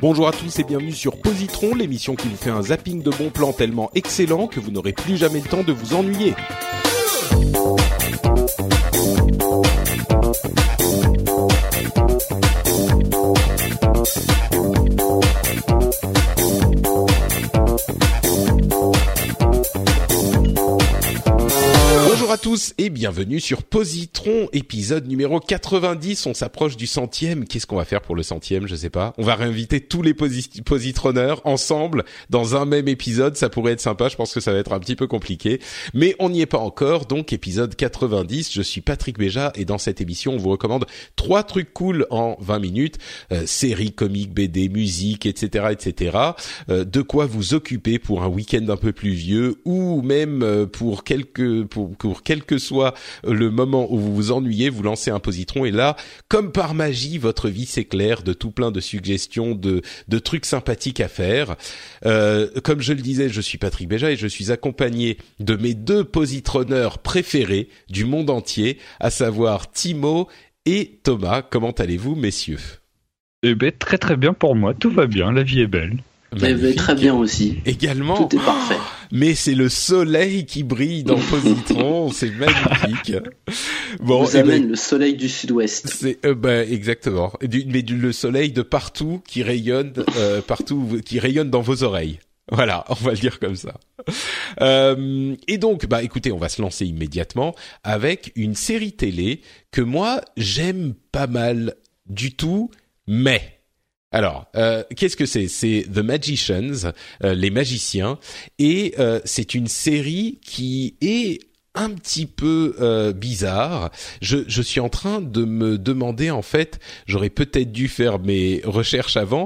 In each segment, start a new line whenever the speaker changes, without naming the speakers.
Bonjour à tous et bienvenue sur Positron, l'émission qui vous fait un zapping de bons plans tellement excellent que vous n'aurez plus jamais le temps de vous ennuyer. Bonjour à tous et bienvenue sur Positron, épisode numéro 90. On s'approche du 100e. Qu'est-ce qu'on va faire pour le 100e? Je sais pas. On va réinviter tous les positroneurs ensemble dans un même épisode. Ça pourrait être sympa. Je pense que ça va être un petit peu compliqué. Mais on n'y est pas encore. Donc, épisode 90. Je suis Patrick Béja et dans cette émission, on vous recommande 3 trucs cool en 20 minutes. Séries, comics, BD, musique, etc., etc. De quoi vous occuper pour un week-end un peu pluvieux ou même pour quel que soit le moment où vous vous ennuyez, vous lancez un positron et là, comme par magie, votre vie s'éclaire de tout plein de suggestions, de trucs sympathiques à faire. Comme je le disais, je suis Patrick Béja et je suis accompagné de mes 2 positronneurs préférés du monde entier, à savoir Timo et Thomas. Comment allez-vous, messieurs?
Eh ben, très très bien pour moi, tout va bien, la vie est belle.
Magnifique. Très bien aussi.
Également.
Tout est parfait.
Mais c'est le soleil qui brille dans Positron, c'est magnifique.
Bon, vous amène le soleil du sud-ouest.
C'est exactement. Le soleil de partout qui rayonne qui rayonne dans vos oreilles. Voilà, on va le dire comme ça. Et donc, écoutez, on va se lancer immédiatement avec une série télé que moi j'aime pas mal du tout, mais alors, qu'est-ce que c'est? C'est The Magicians, les magiciens, et c'est une série qui est un petit peu bizarre. Je suis en train de me demander, en fait, j'aurais peut-être dû faire mes recherches avant.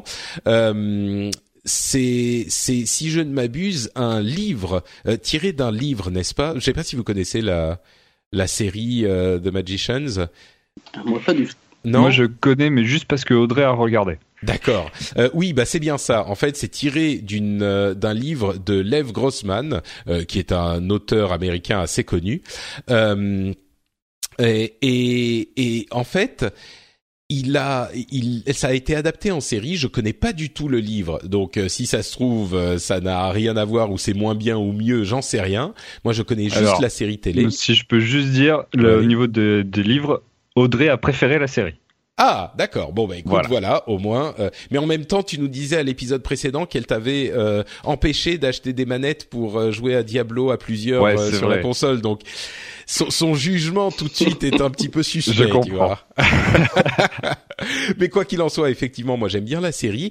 C'est si je ne m'abuse un livre tiré d'un livre, n'est-ce pas? Je sais pas si vous connaissez la série The Magicians.
Moi pas du tout.
Non.
Moi je connais, mais juste parce que Audrey a regardé.
D'accord. Oui, c'est bien ça. En fait, c'est tiré d'un livre de Lev Grossman, qui est un auteur américain assez connu. Et en fait, ça a été adapté en série. Je connais pas du tout le livre, donc si ça se trouve, ça n'a rien à voir ou c'est moins bien ou mieux, j'en sais rien. Moi, je connais juste la série télé.
Si je peux juste dire, au niveau des livres, Audrey a préféré la série.
Ah, d'accord. Bon, écoute, voilà, au moins. Mais en même temps, tu nous disais à l'épisode précédent qu'elle t'avait empêché d'acheter des manettes pour jouer à Diablo à plusieurs sur la console. Donc, son jugement tout de suite est un petit peu suspect.
Je comprends.
Tu vois. Mais quoi qu'il en soit, effectivement, moi, j'aime bien la série.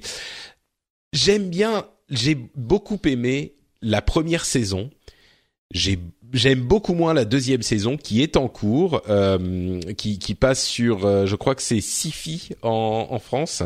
J'ai beaucoup aimé la première saison. J'aime beaucoup moins la deuxième saison qui est en cours, qui passe sur, je crois que c'est Syfy en France.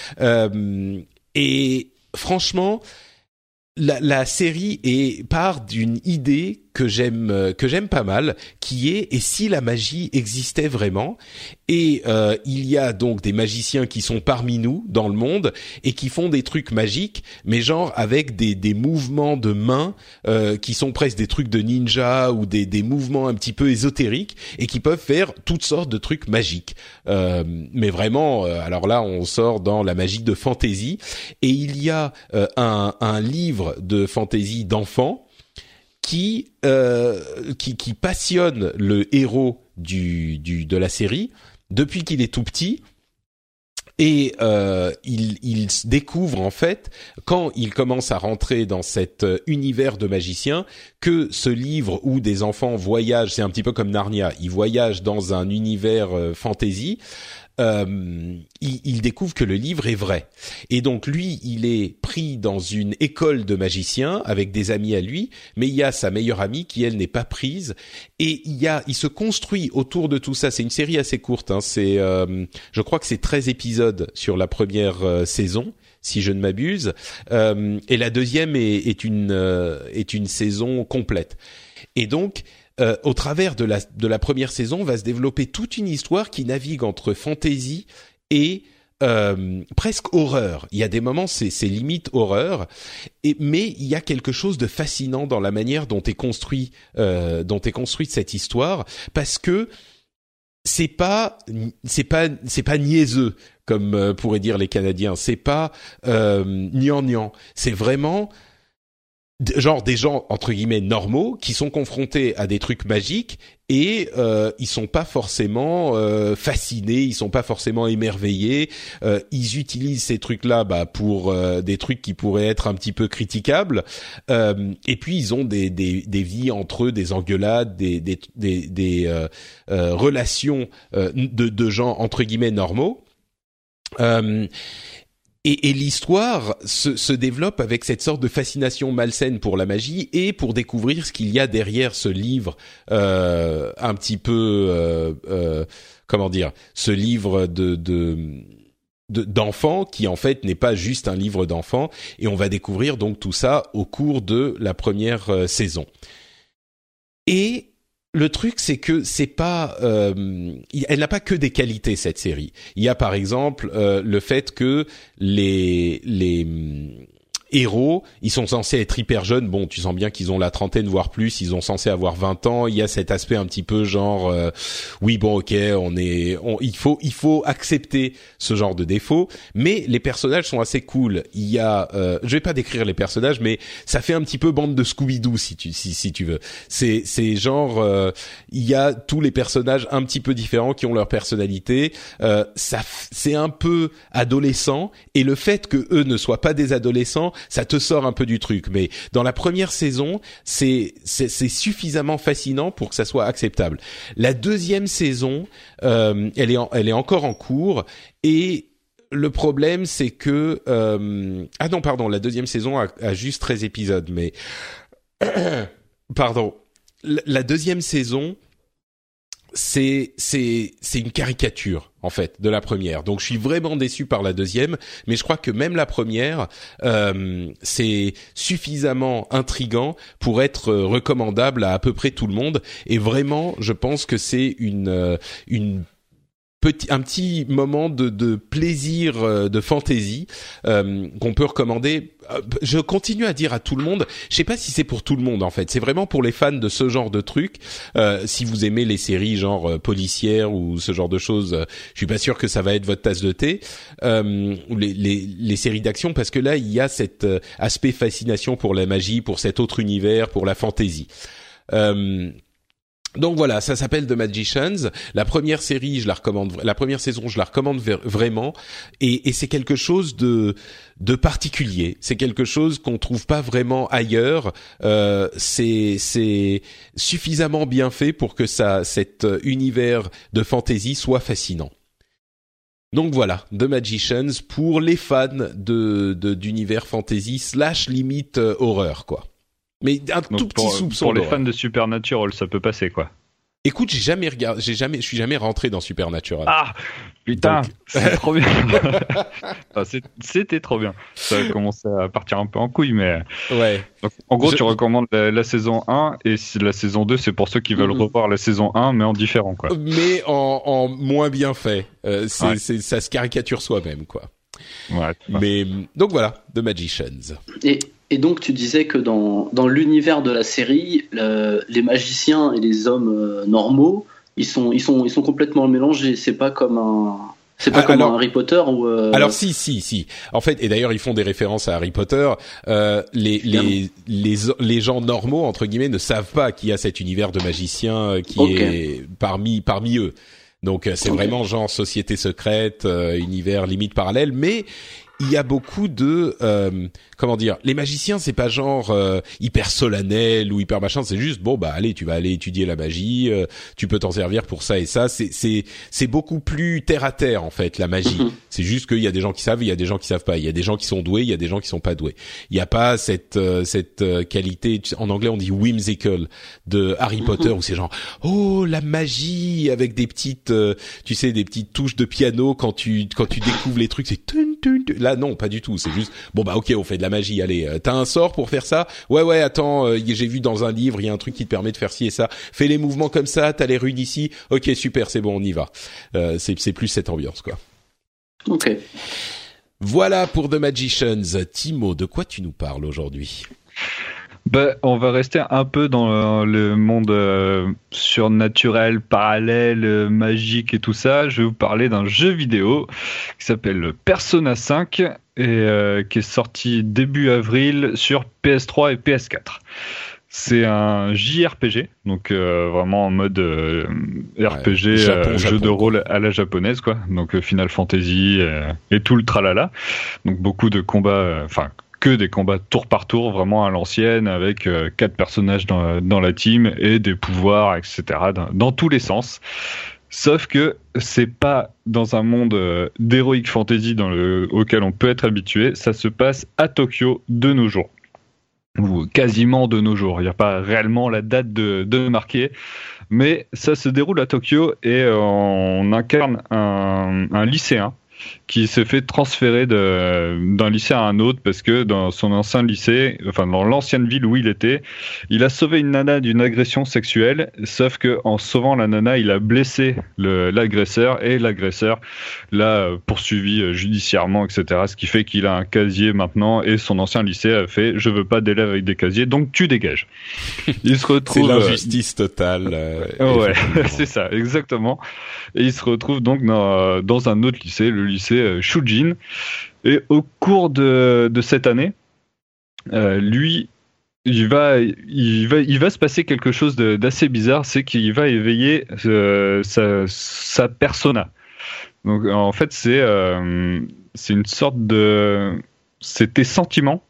Et franchement, la série part d'une idée que j'aime pas mal, qui est et si la magie existait vraiment. Et il y a donc des magiciens qui sont parmi nous dans le monde et qui font des trucs magiques, mais genre avec des mouvements de mains qui sont presque des trucs de ninja ou des mouvements un petit peu ésotériques et qui peuvent faire toutes sortes de trucs magiques. Mais vraiment, alors là, on sort dans la magie de fantasy. Et il y a un livre de fantasy d'enfants qui passionne le héros de la série depuis qu'il est tout petit. Et il découvre en fait, quand il commence à rentrer dans cet univers de magiciens, que ce livre où des enfants voyagent, c'est un petit peu comme Narnia, ils voyagent dans un univers fantasy. Il découvre que le livre est vrai. Et donc lui, il est pris dans une école de magiciens avec des amis à lui, mais il y a sa meilleure amie qui, elle, n'est pas prise. Et il se construit autour de tout ça. C'est une série assez courte, hein. Je crois que c'est 13 épisodes sur la première saison, si je ne m'abuse. Et la deuxième est une saison complète. Et donc, au travers de la première saison, va se développer toute une histoire qui navigue entre fantasy et presque horreur. Il y a des moments, c'est limite horreur, mais il y a quelque chose de fascinant dans la manière dont est construite cette histoire, parce que c'est pas niaiseux comme pourraient dire les Canadiens. C'est pas gnangnan. C'est vraiment genre des gens entre guillemets normaux qui sont confrontés à des trucs magiques et ils sont pas forcément fascinés, ils sont pas forcément émerveillés, ils utilisent ces trucs-là pour des trucs qui pourraient être un petit peu critiquables, et puis ils ont des vies entre eux, des engueulades, des relations de gens entre guillemets normaux. Et l'histoire se développe avec cette sorte de fascination malsaine pour la magie et pour découvrir ce qu'il y a derrière ce livre un petit peu comment dire, ce livre d'enfants qui en fait n'est pas juste un livre d'enfants, et on va découvrir donc tout ça au cours de la première saison. Et le truc, c'est que c'est pas, elle n'a pas que des qualités, cette série. Il y a par exemple le fait que les héros, ils sont censés être hyper jeunes. Bon, tu sens bien qu'ils ont la trentaine voire plus. Ils sont censés avoir 20 ans. Il y a cet aspect un petit peu genre, oui bon ok, il faut accepter ce genre de défaut. Mais les personnages sont assez cool. Il y a, je vais pas décrire les personnages, mais ça fait un petit peu bande de Scooby-Doo si tu veux. C'est genre, il y a tous les personnages un petit peu différents qui ont leur personnalité. C'est un peu adolescent, et le fait que eux ne soient pas des adolescents, ça te sort un peu du truc. Mais dans la première saison, c'est suffisamment fascinant pour que ça soit acceptable. La deuxième saison, elle est encore en cours, et le problème, c'est que ah non, pardon, la deuxième saison a juste 13 épisodes, mais pardon, la deuxième saison, c'est une caricature en fait de la première. Donc je suis vraiment déçu par la deuxième, mais je crois que même la première c'est suffisamment intriguant pour être recommandable à peu près tout le monde. Et vraiment, je pense que c'est un petit moment de plaisir, de fantaisie qu'on peut recommander. Je continue à dire à tout le monde, je sais pas si c'est pour tout le monde en fait, c'est vraiment pour les fans de ce genre de trucs. Si vous aimez les séries genre policières ou ce genre de choses, je suis pas sûr que ça va être votre tasse de thé, ou les séries d'action, parce que là il y a cet aspect fascination pour la magie, pour cet autre univers, pour la fantaisie. Donc voilà, ça s'appelle The Magicians. La première série, je la recommande. La première saison, je la recommande vraiment. Et c'est quelque chose de particulier. C'est quelque chose qu'on trouve pas vraiment ailleurs. C'est suffisamment bien fait pour que cet univers de fantasy soit fascinant. Donc voilà, The Magicians pour les fans d'univers fantasy / limite horreur quoi. Mais tout petit soupçon.
Pour les fans de Supernatural, ça peut passer quoi.
Écoute, je suis jamais rentré dans Supernatural.
Ah putain, c'est trop bien. C'était trop bien. Ça a commencé à partir un peu en couille, mais
ouais.
Donc, en gros, tu recommandes la saison 1, et la saison 2, c'est pour ceux qui veulent revoir la saison 1, mais en différent quoi.
Mais en moins bien fait. Ça se caricature soi-même quoi.
Ouais.
Mais donc voilà, The Magicians.
Et donc tu disais que dans l'univers de la série, les magiciens et les hommes normaux, ils sont complètement mélangés. C'est pas comme un un Harry Potter ou
Alors si. En fait, et d'ailleurs ils font des références à Harry Potter. Les gens normaux entre guillemets ne savent pas qu'il y a cet univers de magiciens qui est parmi eux. Donc c'est vraiment genre société secrète, univers limite parallèle, mais il y a beaucoup de comment dire, les magiciens c'est pas genre hyper solennel ou hyper machin, c'est juste bon allez, tu vas aller étudier la magie, tu peux t'en servir pour ça et ça, c'est beaucoup plus terre à terre en fait la magie. C'est juste qu'il y a des gens qui savent, il y a des gens qui savent pas, il y a des gens qui sont doués, il y a des gens qui sont pas doués. Il y a pas cette qualité, en anglais on dit whimsical de Harry Potter où c'est genre oh la magie avec des petites tu sais des petites touches de piano quand tu découvres les trucs, c'est tun, tun, tun. Là non, pas du tout, c'est juste bon ok, on fait de la magie, allez, t'as un sort pour faire ça? Ouais, attends, j'ai vu dans un livre, il y a un truc qui te permet de faire ci et ça. Fais les mouvements comme ça, t'as les runes ici. OK, super, c'est bon, on y va. C'est plus cette ambiance quoi.
OK.
Voilà pour The Magicians. Timo, de quoi tu nous parles aujourd'hui?
On va rester un peu dans le monde surnaturel, parallèle, magique et tout ça. Je vais vous parler d'un jeu vidéo qui s'appelle Persona 5 et qui est sorti début avril sur PS3 et PS4. C'est un JRPG, donc vraiment en mode RPG, jeu de rôle à la japonaise, quoi. Donc Final Fantasy et tout le tralala. Donc beaucoup de combats, que des combats tour par tour, vraiment à l'ancienne, avec 4 personnages dans la team et des pouvoirs, etc. dans tous les sens. Sauf que c'est pas dans un monde d'heroic fantasy auquel on peut être habitué. Ça se passe à Tokyo de nos jours. Ou quasiment de nos jours. Il n'y a pas réellement la date de marquer, mais ça se déroule à Tokyo et on incarne un lycéen qui s'est fait transférer d'un lycée à un autre parce que dans son ancien lycée, dans l'ancienne ville où il était, il a sauvé une nana d'une agression sexuelle, sauf que en sauvant la nana, il a blessé l'agresseur et l'agresseur l'a poursuivi judiciairement, etc. Ce qui fait qu'il a un casier maintenant et son ancien lycée a fait « je veux pas d'élèves avec des casiers, donc tu dégages ». Il se retrouve...
C'est l'injustice totale.
Ouais, c'est ça, exactement. Et il se retrouve donc dans un autre lycée, le lycée Shujin. Et au cours de cette année, lui, il va se passer quelque chose d'assez bizarre, c'est qu'il va éveiller sa persona. Donc en fait, c'est une sorte de... C'est tes sentiments,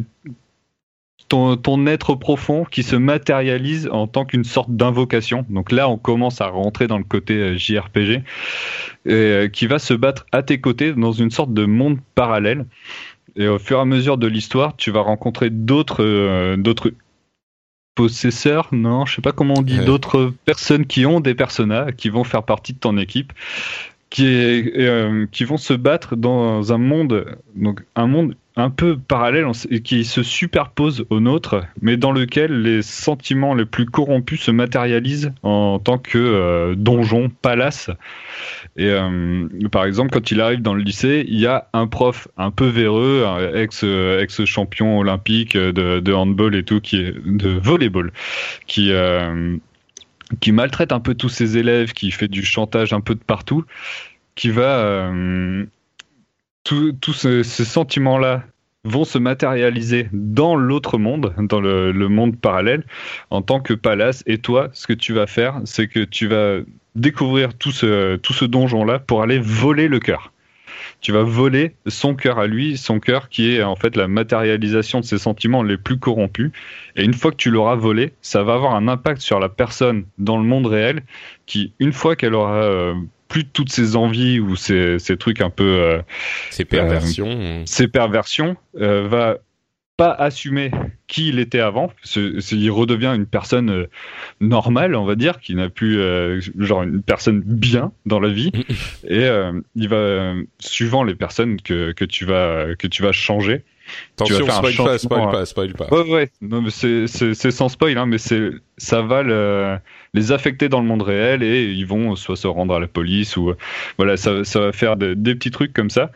ton être profond qui se matérialise en tant qu'une sorte d'invocation. Donc là, on commence à rentrer dans le côté JRPG, qui va se battre à tes côtés dans une sorte de monde parallèle. Et au fur et à mesure de l'histoire, tu vas rencontrer d'autres possesseurs, non, je sais pas comment on dit, d'autres personnes qui ont des personas, qui vont faire partie de ton équipe, qui vont se battre dans un monde, donc un monde un peu parallèle qui se superpose au nôtre, mais dans lequel les sentiments les plus corrompus se matérialisent en tant que donjon, palace. Et par exemple, quand il arrive dans le lycée, il y a un prof un peu véreux, ex-champion olympique de handball et tout, de volleyball, qui maltraite un peu tous ses élèves, qui fait du chantage un peu de partout, qui va... tous ces sentiments-là vont se matérialiser dans l'autre monde, dans le monde parallèle, en tant que palace. Et toi, ce que tu vas faire, c'est que tu vas découvrir tout ce donjon-là pour aller voler le cœur. Tu vas voler son cœur à lui, son cœur qui est en fait la matérialisation de ses sentiments les plus corrompus. Et une fois que tu l'auras volé, ça va avoir un impact sur la personne dans le monde réel qui, une fois qu'elle aura plus toutes ses envies ou ces trucs un peu...
ces perversions.
Va pas assumer qui il était avant. Il redevient une personne normale, on va dire, qui n'a plus genre une personne bien dans la vie. Et il va, suivant les personnes que tu vas changer.
Attention, spoil pas.
Ouais. Non, mais c'est sans spoil, hein, mais ça va les affecter dans le monde réel et ils vont soit se rendre à la police ou voilà, ça va faire des petits trucs comme ça.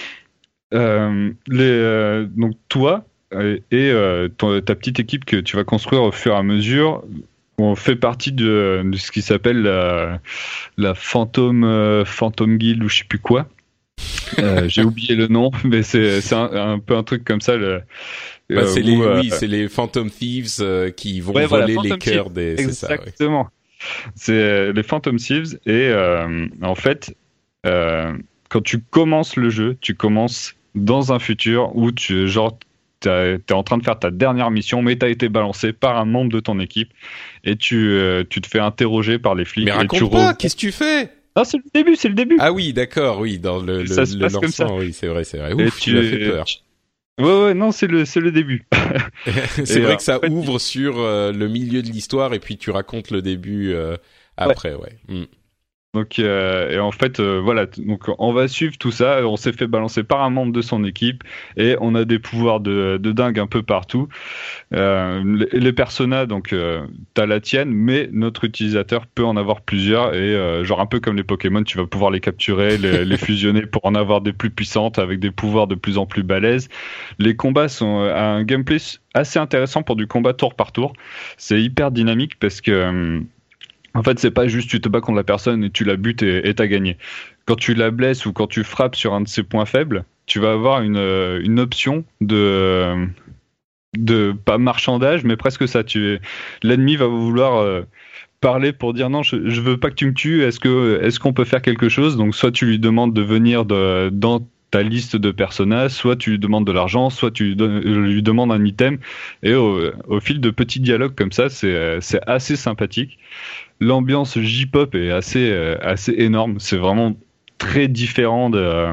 Donc toi et ta petite équipe que tu vas construire au fur et à mesure, on fait partie de ce qui s'appelle la Phantom Guild ou je sais plus quoi. J'ai oublié le nom, mais c'est un peu un truc comme ça.
C'est les Phantom Thieves qui vont voler les cœurs des...
Exactement. C'est les Phantom Thieves et en fait, quand tu commences le jeu, tu commences dans un futur où t'es en train de faire ta dernière mission, mais t'as été balancé par un membre de ton équipe et tu te fais interroger par les flics.
Mais raconte pas, qu'est-ce que tu fais?
Ah, c'est le début.
Ah oui, d'accord, oui, dans le lancement, oui, c'est vrai. Ouf, tu m'as fait peur.
Ouais, non, c'est le début.
C'est vrai que ça ouvre sur le milieu de l'histoire et puis tu racontes le début après, ouais.
Donc et en fait voilà, donc on va suivre tout ça. On s'est fait balancer par un membre de son équipe et on a des pouvoirs de dingue un peu partout. Les personas, donc t'as la tienne, mais notre utilisateur peut en avoir plusieurs et genre un peu comme les Pokémon, tu vas pouvoir les capturer, les fusionner pour en avoir des plus puissantes avec des pouvoirs de plus en plus balèzes. Les combats sont un gameplay assez intéressant pour du combat tour par tour. C'est hyper dynamique parce que en fait, c'est pas juste tu te bats contre la personne et tu la butes et t'as gagné. Quand tu la blesses ou quand tu frappes sur un de ses points faibles, tu vas avoir une option de pas marchandage, mais presque ça. L'ennemi va vouloir parler pour dire non, je veux pas que tu me tues. Est-ce qu'on peut faire quelque chose? Donc soit tu lui demandes de venir dans ta liste de personnages, soit tu lui demandes de l'argent, soit tu lui demandes un item. Et au fil de petits dialogues comme ça, c'est assez sympathique. L'ambiance J-pop est assez énorme. C'est vraiment très différent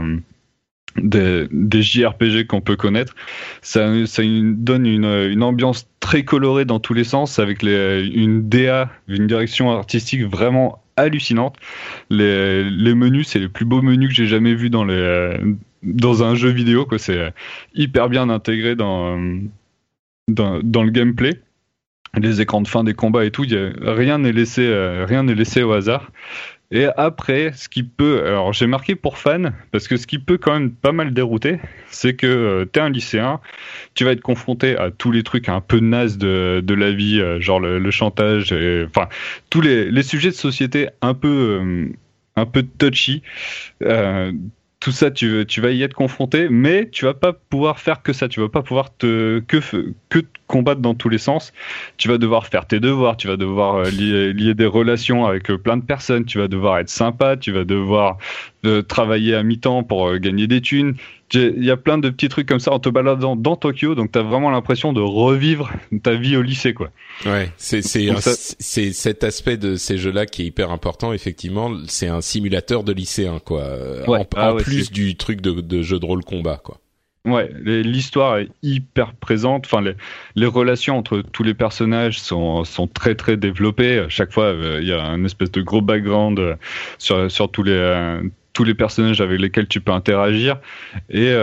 des JRPG qu'on peut connaître. Ça donne une ambiance très colorée dans tous les sens, avec une DA, une direction artistique vraiment hallucinante. Les menus, c'est les plus beaux menus que j'ai jamais vus dans un jeu vidéo, quoi. C'est hyper bien intégré dans le gameplay. Les écrans de fin des combats et tout, rien n'est laissé au hasard. Et après, alors j'ai marqué pour fan, parce que ce qui peut quand même pas mal dérouter, c'est que t'es un lycéen, tu vas être confronté à tous les trucs un peu nazes de la vie, genre le chantage, enfin tous les sujets de société un peu touchy. Tout ça, tu vas y être confronté, mais tu vas pas pouvoir faire que ça. Tu vas pas pouvoir que combattre dans tous les sens. Tu vas devoir faire tes devoirs. Tu vas devoir lier des relations avec plein de personnes. Tu vas devoir être sympa. Tu vas devoir travailler à mi-temps pour gagner des thunes. Il y a plein de petits trucs comme ça en te baladant dans Tokyo. Donc t'as vraiment l'impression de revivre ta vie au lycée, quoi.
Ouais, c'est cet aspect de ces jeux-là qui est hyper important. Effectivement, c'est un simulateur de lycéen, quoi.
Ouais.
En plus du truc de jeu de rôle combat, quoi.
Ouais, l'histoire est hyper présente. Enfin, les relations entre tous les personnages sont très très développées. À chaque fois, il y a un espèce de gros background sur tous les personnages avec lesquels tu peux interagir. Et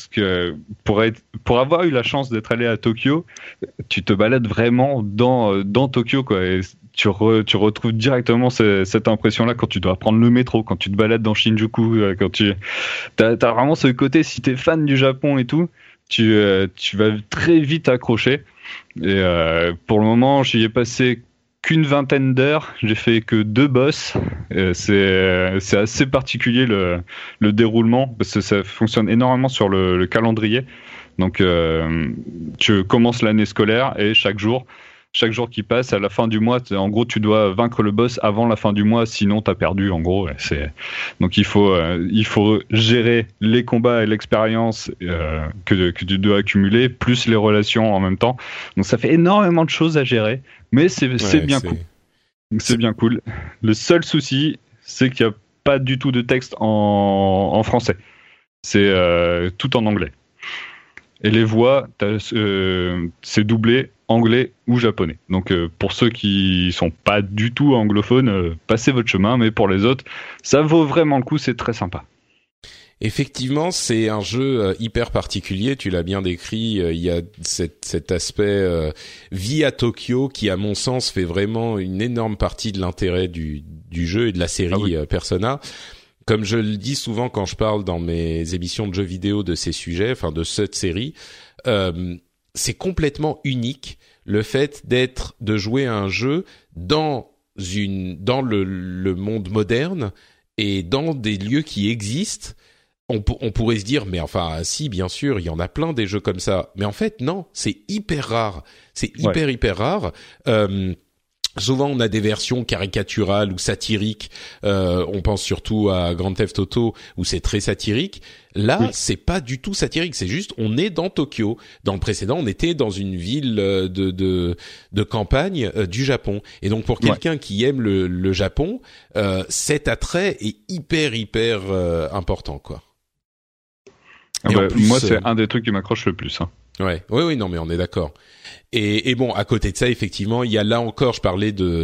pour avoir eu la chance d'être allé à Tokyo, tu te balades vraiment dans Tokyo, quoi. Et tu retrouves directement cette impression-là quand tu dois prendre le métro, quand tu te balades dans Shinjuku, quand t'as vraiment ce côté, si t'es fan du Japon et tout, tu vas très vite accrocher. Et pour le moment, j'y ai passé qu'une vingtaine d'heures, j'ai fait que 2 boss. C'est assez particulier le déroulement, parce que ça fonctionne énormément sur le calendrier. Donc tu commences l'année scolaire et chaque jour qui passe, à la fin du mois, en gros, tu dois vaincre le boss avant la fin du mois, sinon t'as perdu, en gros. Donc il faut gérer les combats et l'expérience que tu dois accumuler, plus les relations en même temps. Donc ça fait énormément de choses à gérer, mais c'est bien cool. C'est bien cool. Le seul souci, c'est qu'il n'y a pas du tout de texte en français. C'est tout en anglais. Et les voix, c'est doublé anglais ou japonais. Donc pour ceux qui sont pas du tout anglophones, passez votre chemin, mais pour les autres, ça vaut vraiment le coup, c'est très sympa.
Effectivement, c'est un jeu hyper particulier, tu l'as bien décrit, il y a cet aspect vie à Tokyo qui, à mon sens, fait vraiment une énorme partie de l'intérêt du jeu et de la série Persona. Comme je le dis souvent quand je parle dans mes émissions de jeux vidéo de ces sujets, enfin de cette série, c'est complètement unique le fait de jouer à un jeu dans le monde moderne et dans des lieux qui existent. On pourrait se dire, mais enfin, si, bien sûr, il y en a plein des jeux comme ça. Mais en fait, non, c'est hyper rare. C'est hyper rare. Souvent, on a des versions caricaturales ou satiriques. On pense surtout à Grand Theft Auto, où c'est très satirique. Là, c'est pas du tout satirique. C'est juste, on est dans Tokyo. Dans le précédent, on était dans une ville de campagne du Japon. Et donc, pour quelqu'un qui aime le Japon, cet attrait est hyper important, quoi.
Moi, c'est un des trucs qui m'accroche le plus. Hein.
Ouais, oui, non, mais on est d'accord. Et bon, à côté de ça, effectivement, il y a là encore, je parlais de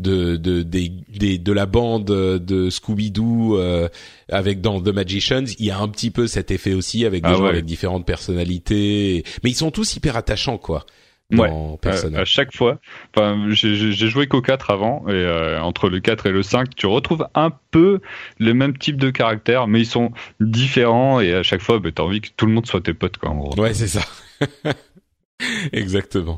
la bande de Scooby-Doo avec dans The Magicians, il y a un petit peu cet effet aussi avec des gens avec différentes personnalités, mais ils sont tous hyper attachants, quoi.
À chaque fois. Enfin, j'ai joué qu'au 4 avant, et entre le 4 et le 5, tu retrouves un peu le même type de caractère, mais ils sont différents, et à chaque fois, t'as envie que tout le monde soit tes potes, quoi, en gros.
Ouais, c'est ça. Exactement.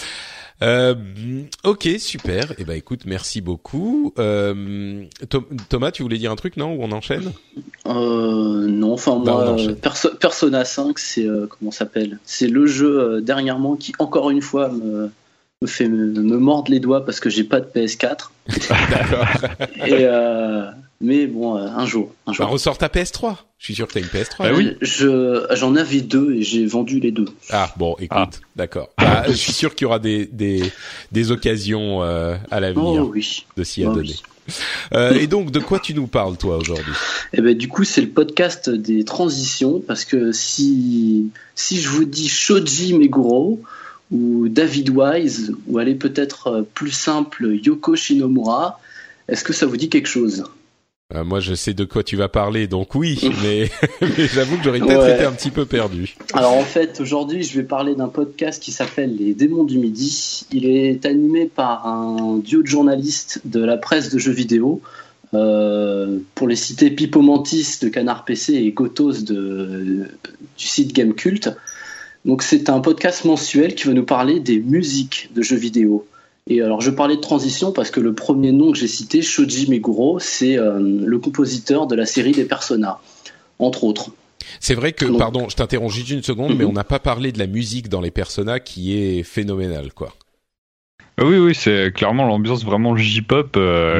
Ok, super. Eh ben, écoute, merci beaucoup. Thomas, tu voulais dire un truc, non? Ou on enchaîne?
Non, enfin moi, Persona 5, c'est comment ça s'appelle? C'est le jeu dernièrement qui, encore une fois, me fait me mordre les doigts parce que j'ai pas de PS4.
D'accord.
Mais bon, un jour.
Bah, ressors ta PS3. Je suis sûr que t'as une PS3.
Bah oui. J'en avais 2 et j'ai vendu les 2.
Ah bon, écoute, d'accord. Bah, je suis sûr qu'il y aura des occasions à l'avenir de s'y adonner. Oui. Et donc, de quoi tu nous parles, toi, aujourd'hui?
Eh ben, du coup, c'est le podcast des transitions, parce que si je vous dis Shoji Meguro ou David Wise, ou allez peut-être plus simple, Yoko Shinomura, est-ce que ça vous dit quelque chose?
Moi, je sais de quoi tu vas parler, donc oui, mais j'avoue que j'aurais peut-être été un petit peu perdu.
Alors en fait, aujourd'hui, je vais parler d'un podcast qui s'appelle Les Démons du Midi. Il est animé par un duo de journalistes de la presse de jeux vidéo, pour les citer Pipo Mantis de Canard PC et Gotos du site Gamecult. Donc c'est un podcast mensuel qui va nous parler des musiques de jeux vidéo. Et alors je parlais de transition parce que le premier nom que j'ai cité, Shoji Meguro, c'est le compositeur de la série des Persona, entre autres.
C'est vrai que, pardon, je t'interromps juste une seconde, mais on n'a pas parlé de la musique dans les Persona qui est phénoménale, quoi.
Oui, c'est clairement l'ambiance vraiment J-pop.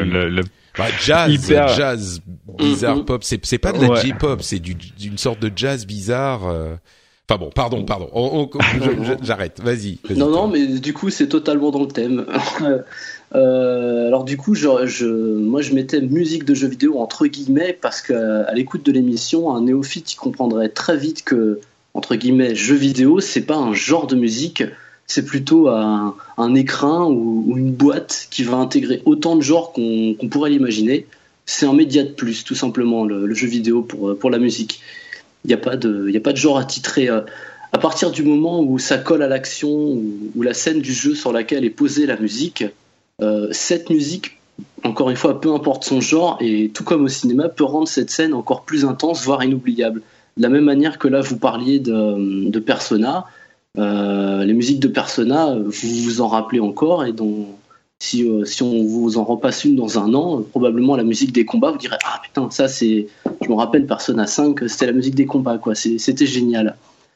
Jazz bizarre pop. C'est pas de la J-pop, c'est d'une sorte de jazz bizarre. Enfin bon, pardon. J'arrête. Vas-y.
Non, mais du coup, c'est totalement dans le thème. Alors du coup, moi, je mettais musique de jeux vidéo entre guillemets parce qu'à l'écoute de l'émission, un néophyte, il comprendrait très vite que, entre guillemets, jeux vidéo, c'est pas un genre de musique, c'est plutôt un écrin ou une boîte qui va intégrer autant de genres qu'on pourrait l'imaginer. C'est un média de plus, tout simplement, le jeu vidéo pour la musique. Il n'y a pas de genre attitré. À partir du moment où ça colle à l'action ou la scène du jeu sur laquelle est posée la musique, cette musique, encore une fois, peu importe son genre, et tout comme au cinéma, peut rendre cette scène encore plus intense, voire inoubliable. De la même manière que là, vous parliez de Persona, les musiques de Persona, vous vous en rappelez encore, et si on vous en repasse une dans un an, probablement la musique des combats, vous direz « Ah putain, ça c'est... Je me rappelle Persona 5, c'était la musique des combats, quoi. C'était génial. »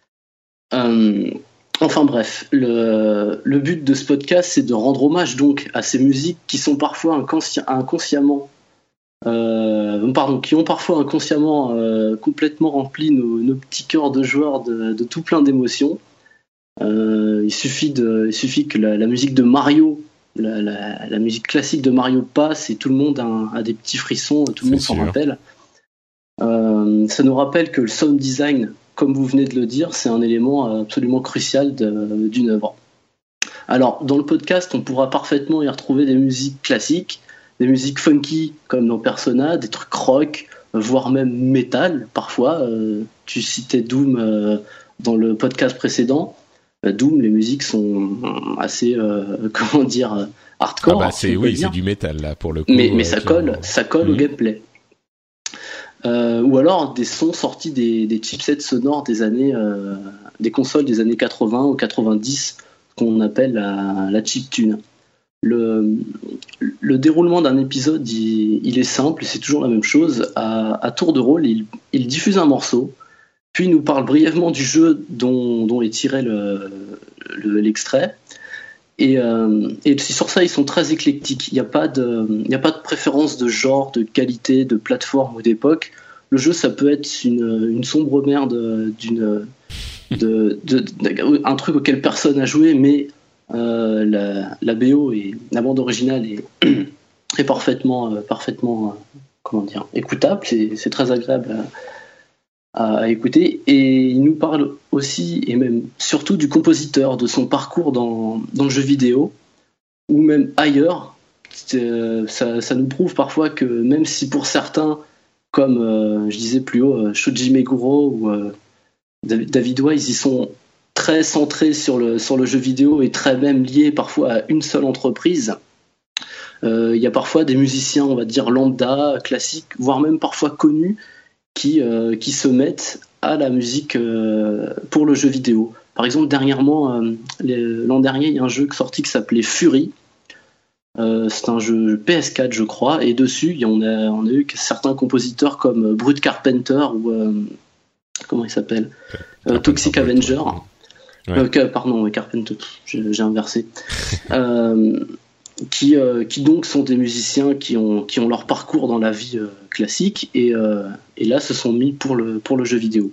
Enfin bref, le but de ce podcast, c'est de rendre hommage donc à ces musiques qui sont parfois inconsciemment complètement rempli nos petits cœurs de joueurs de tout plein d'émotions. Il suffit que la musique de Mario, la musique classique de Mario passe et tout le monde a des petits frissons, tout le monde s'en rappelle. Ça nous rappelle que le sound design, comme vous venez de le dire, c'est un élément absolument crucial d'une œuvre. Alors, dans le podcast, on pourra parfaitement y retrouver des musiques classiques, des musiques funky, comme dans Persona, des trucs rock, voire même metal, parfois. Tu citais Doom dans le podcast précédent. Doom, les musiques sont assez, hardcore.
Ah bah c'est du métal, là, pour le coup.
Mais ça colle au gameplay. Ou alors des sons sortis des chipsets sonores des consoles des années 80 ou 90, qu'on appelle la chiptune. Le déroulement d'un épisode, il est simple, c'est toujours la même chose. À tour de rôle, il diffuse un morceau, puis il nous parle brièvement du jeu dont est tiré l'extrait. Et sur ça, ils sont très éclectiques. Il n'y a pas de préférence de genre, de qualité, de plateforme ou d'époque. Le jeu, ça peut être une sombre merde un truc auquel personne n'a joué, mais la BO et la bande originale est parfaitement écoutable. C'est très agréable à écouter. Et il nous parle aussi, et même surtout, du compositeur, de son parcours dans le jeu vidéo, ou même ailleurs. Ça nous prouve parfois que même si pour certains, comme je disais plus haut, Shoji Meguro ou David Wise, ils sont très centrés sur le jeu vidéo et très même liés parfois à une seule entreprise. Il y a parfois des musiciens, on va dire lambda, classiques, voire même parfois connus, qui se mettent à la musique pour le jeu vidéo. Par exemple, dernièrement, l'an dernier, il y a un jeu sorti qui s'appelait Fury. C'est un jeu PS4, je crois, et dessus, on a eu certains compositeurs comme Brute Carpenter ou comment il s'appelle, Toxic Avenger. Ouais. Pardon, Carpenter, j'ai inversé. Qui donc sont des musiciens qui ont leur parcours dans la vie classique et là se sont mis pour le jeu vidéo.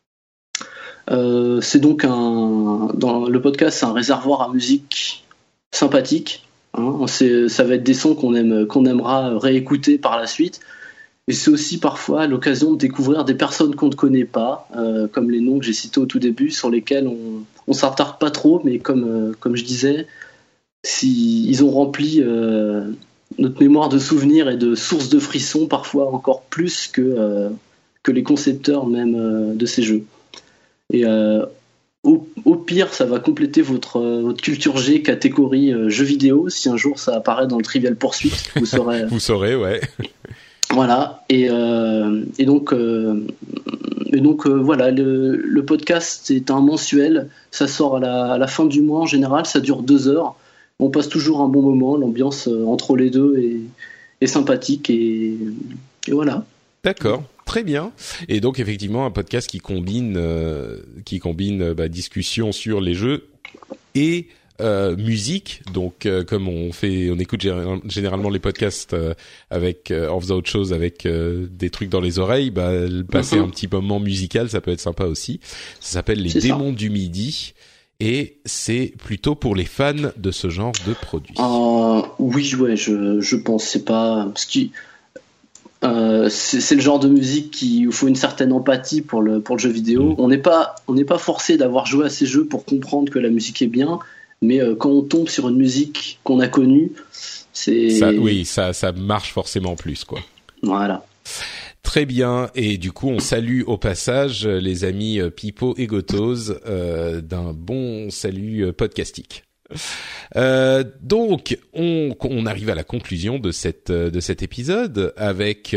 C'est donc dans le podcast, c'est un réservoir à musique sympathique. Hein, ça va être des sons qu'on aimera réécouter par la suite. Et c'est aussi parfois l'occasion de découvrir des personnes qu'on ne connaît pas, comme les noms que j'ai cités au tout début, sur lesquels on s'attarde pas trop, mais comme je disais, ils ont rempli notre mémoire de souvenirs et de sources de frissons, parfois encore plus que les concepteurs même de ces jeux. Et au pire, ça va compléter votre culture G catégorie jeux vidéo. Si un jour ça apparaît dans le Trivial Pursuit, vous saurez.
Vous saurez, ouais.
Voilà. Et donc voilà, le podcast est un mensuel. Ça sort à la fin du mois en général. Ça dure 2 heures. On passe toujours un bon moment. L'ambiance entre les deux est sympathique et voilà.
D'accord. Très bien. Et donc effectivement un podcast qui combine discussion sur les jeux et musique. Donc comme on écoute généralement les podcasts en faisant autre chose avec des trucs dans les oreilles, passer un petit moment musical, ça peut être sympa aussi. Ça s'appelle Les Démons du Midi et c'est plutôt pour les fans de ce genre de produit.
Oui, ouais, je pense c'est pas ce qui c'est le genre de musique où il faut une certaine empathie pour le jeu vidéo. On n'est pas forcé d'avoir joué à ces jeux pour comprendre que la musique est bien, mais quand on tombe sur une musique qu'on a connue, ça
marche forcément plus, quoi.
Voilà.
Très bien, et du coup on salue au passage les amis Pipo et Gotoz d'un bon salut podcastique. Donc on arrive à la conclusion de cet épisode avec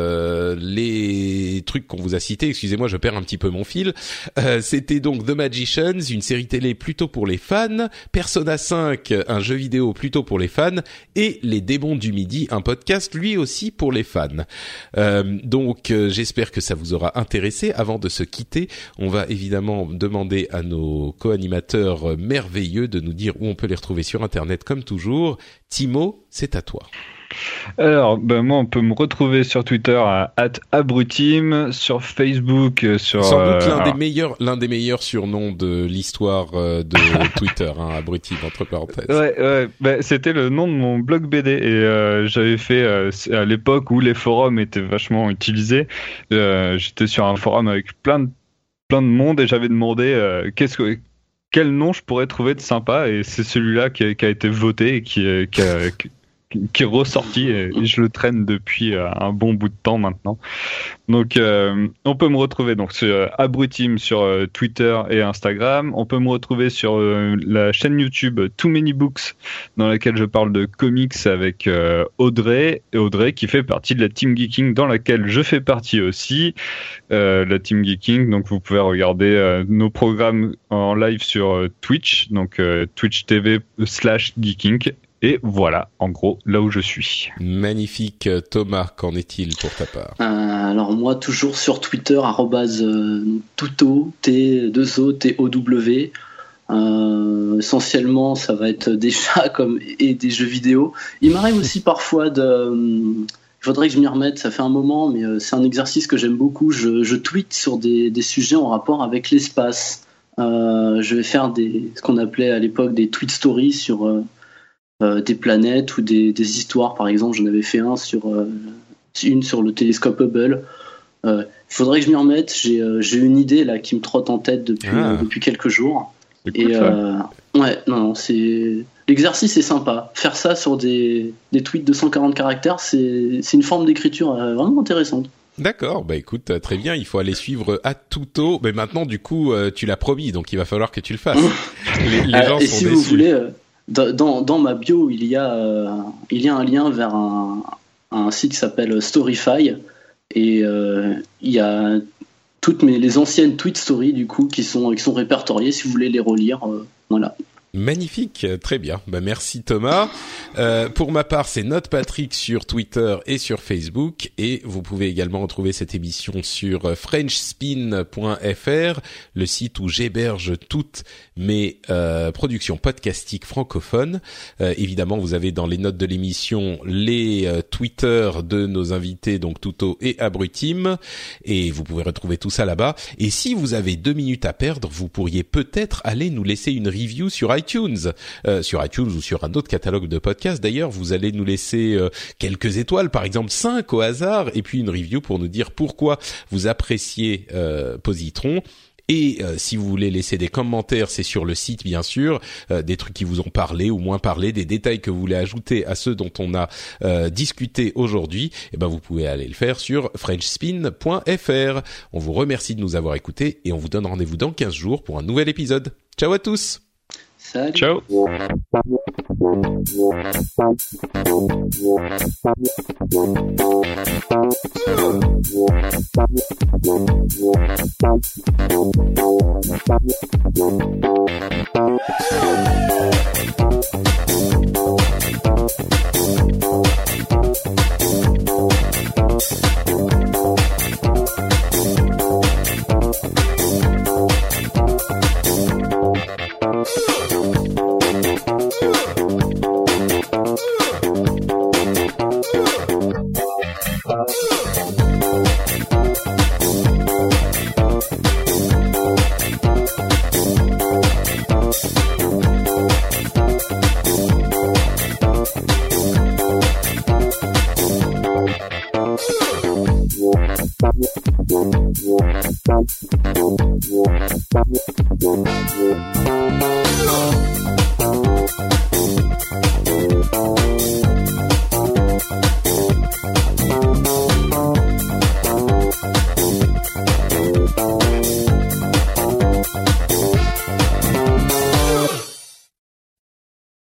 les trucs qu'on vous a cités. Excusez-moi, je perds un petit peu mon fil. C'était donc The Magicians, une série télé plutôt pour les fans, Persona 5, un jeu vidéo plutôt pour les fans, et Les Démons du Midi, un podcast lui aussi pour les fans. Donc j'espère que ça vous aura intéressé. Avant de se quitter, on va évidemment demander à nos co-animateurs merveilleux de nous dire où on peut les retrouver sur Internet comme toujours. Timo, c'est à toi.
Alors, moi, on peut me retrouver sur Twitter à @abrutim, sur Facebook,
sans doute l'un des meilleurs surnoms de l'histoire de Twitter, Abrutim entre parenthèses.
Ouais, c'était le nom de mon blog BD et j'avais fait à l'époque où les forums étaient vachement utilisés. J'étais sur un forum avec plein de monde et j'avais demandé quel nom je pourrais trouver de sympa, et c'est celui-là qui a été voté et qui est ressorti, et je le traîne depuis un bon bout de temps maintenant. Donc on peut me retrouver donc sur Abrutim sur Twitter et Instagram. On peut me retrouver sur la chaîne YouTube Too Many Books, dans laquelle je parle de comics avec Audrey qui fait partie de la Team Geeking, dans laquelle je fais partie aussi, la Team Geeking. Donc vous pouvez regarder nos programmes en live sur Twitch, donc Twitch TV/Geeking. Et voilà, en gros, là où je suis.
Magnifique. Thomas, qu'en est-il pour ta part ?
Alors moi, toujours sur Twitter, @tuto, T2OTOW. Essentiellement, ça va être des chats et des jeux vidéo. Il m'arrive aussi parfois il faudrait que je m'y remette, ça fait un moment, mais c'est un exercice que j'aime beaucoup. Je tweete sur des sujets en rapport avec l'espace. Je vais faire ce qu'on appelait à l'époque des tweet stories sur... des planètes ou des histoires. Par exemple, j'en avais fait une sur le télescope Hubble. faudrait que je m'y remette. J'ai une idée là qui me trotte en tête depuis quelques jours.
C'est cool, ça.
Ouais, non, l'exercice est sympa. Faire ça sur des tweets de 140 caractères, c'est une forme d'écriture vraiment intéressante.
D'accord, bah écoute, très bien, il faut aller suivre @tuto. Mais maintenant, du coup, tu l'as promis, donc il va falloir que tu le fasses. les gens
et
sont
si
déçus.
vous voulez, dans ma bio, il y a un lien vers un site qui s'appelle Storyfy, et il y a toutes les anciennes tweet stories du coup qui sont répertoriées si vous voulez les relire. Voilà.
Magnifique, très bien. Bah merci Thomas. Pour ma part, c'est NotePatrick sur Twitter et sur Facebook, et vous pouvez également retrouver cette émission sur FrenchSpin.fr, le site où j'héberge toutes mes productions podcastiques francophones. Évidemment, vous avez dans les notes de l'émission les Twitter de nos invités, donc Tuto et Abrutim, et vous pouvez retrouver tout ça là-bas. Et si vous avez 2 minutes à perdre, vous pourriez peut-être aller nous laisser une review sur iTunes ou sur un autre catalogue de podcasts. D'ailleurs, vous allez nous laisser quelques étoiles, par exemple 5 au hasard, et puis une review pour nous dire pourquoi vous appréciez Positron. Et si vous voulez laisser des commentaires, c'est sur le site bien sûr, des trucs qui vous ont parlé ou moins parlé, des détails que vous voulez ajouter à ceux dont on a discuté aujourd'hui, et ben vous pouvez aller le faire sur frenchspin.fr. On vous remercie de nous avoir écoutés et on vous donne rendez-vous dans 15 jours pour un nouvel épisode. Ciao à tous.
Salut.
Ciao.
Yeah.